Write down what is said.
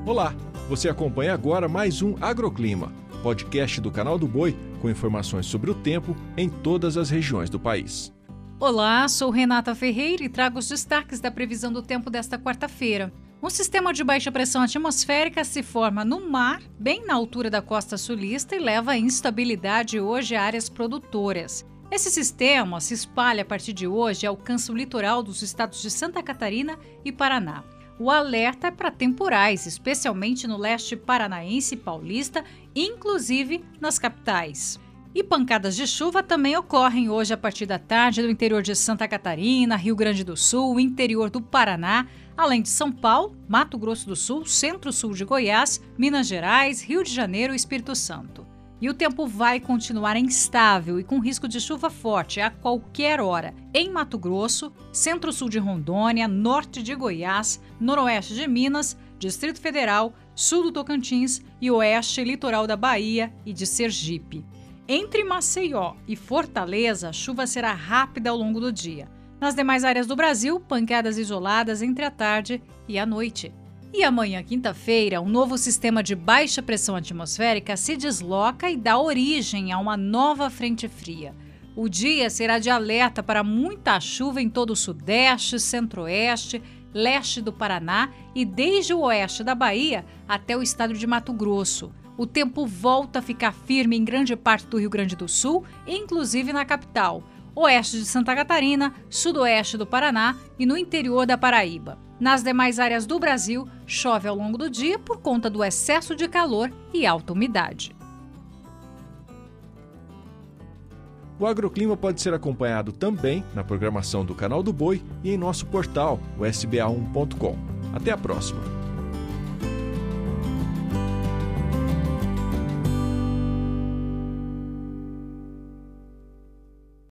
Olá, você acompanha agora mais um Agroclima, podcast do Canal do Boi com informações sobre o tempo em todas as regiões do país. Olá, sou Renata Ferreira e trago os destaques da previsão do tempo desta quarta-feira. Um sistema de baixa pressão atmosférica se forma no mar, bem na altura da costa sulista, e leva à instabilidade hoje a áreas produtoras. Esse sistema se espalha a partir de hoje e alcança o litoral dos estados de Santa Catarina e Paraná. O alerta é para temporais, especialmente no leste paranaense e paulista, inclusive nas capitais. E pancadas de chuva também ocorrem hoje a partir da tarde no interior de Santa Catarina, Rio Grande do Sul, interior do Paraná, além de São Paulo, Mato Grosso do Sul, centro-sul de Goiás, Minas Gerais, Rio de Janeiro e Espírito Santo. E o tempo vai continuar instável e com risco de chuva forte a qualquer hora em Mato Grosso, centro-sul de Rondônia, norte de Goiás, noroeste de Minas, Distrito Federal, sul do Tocantins e oeste e litoral da Bahia e de Sergipe. Entre Maceió e Fortaleza, a chuva será rápida ao longo do dia. Nas demais áreas do Brasil, pancadas isoladas entre a tarde e a noite. E amanhã, quinta-feira, um novo sistema de baixa pressão atmosférica se desloca e dá origem a uma nova frente fria. O dia será de alerta para muita chuva em todo o sudeste, centro-oeste, leste do Paraná e desde o oeste da Bahia até o estado de Mato Grosso. O tempo volta a ficar firme em grande parte do Rio Grande do Sul, inclusive na capital, oeste de Santa Catarina, sudoeste do Paraná e no interior da Paraíba. Nas demais áreas do Brasil, chove ao longo do dia por conta do excesso de calor e alta umidade. O Agroclima pode ser acompanhado também na programação do Canal do Boi e em nosso portal, o sba1.com. Até a próxima!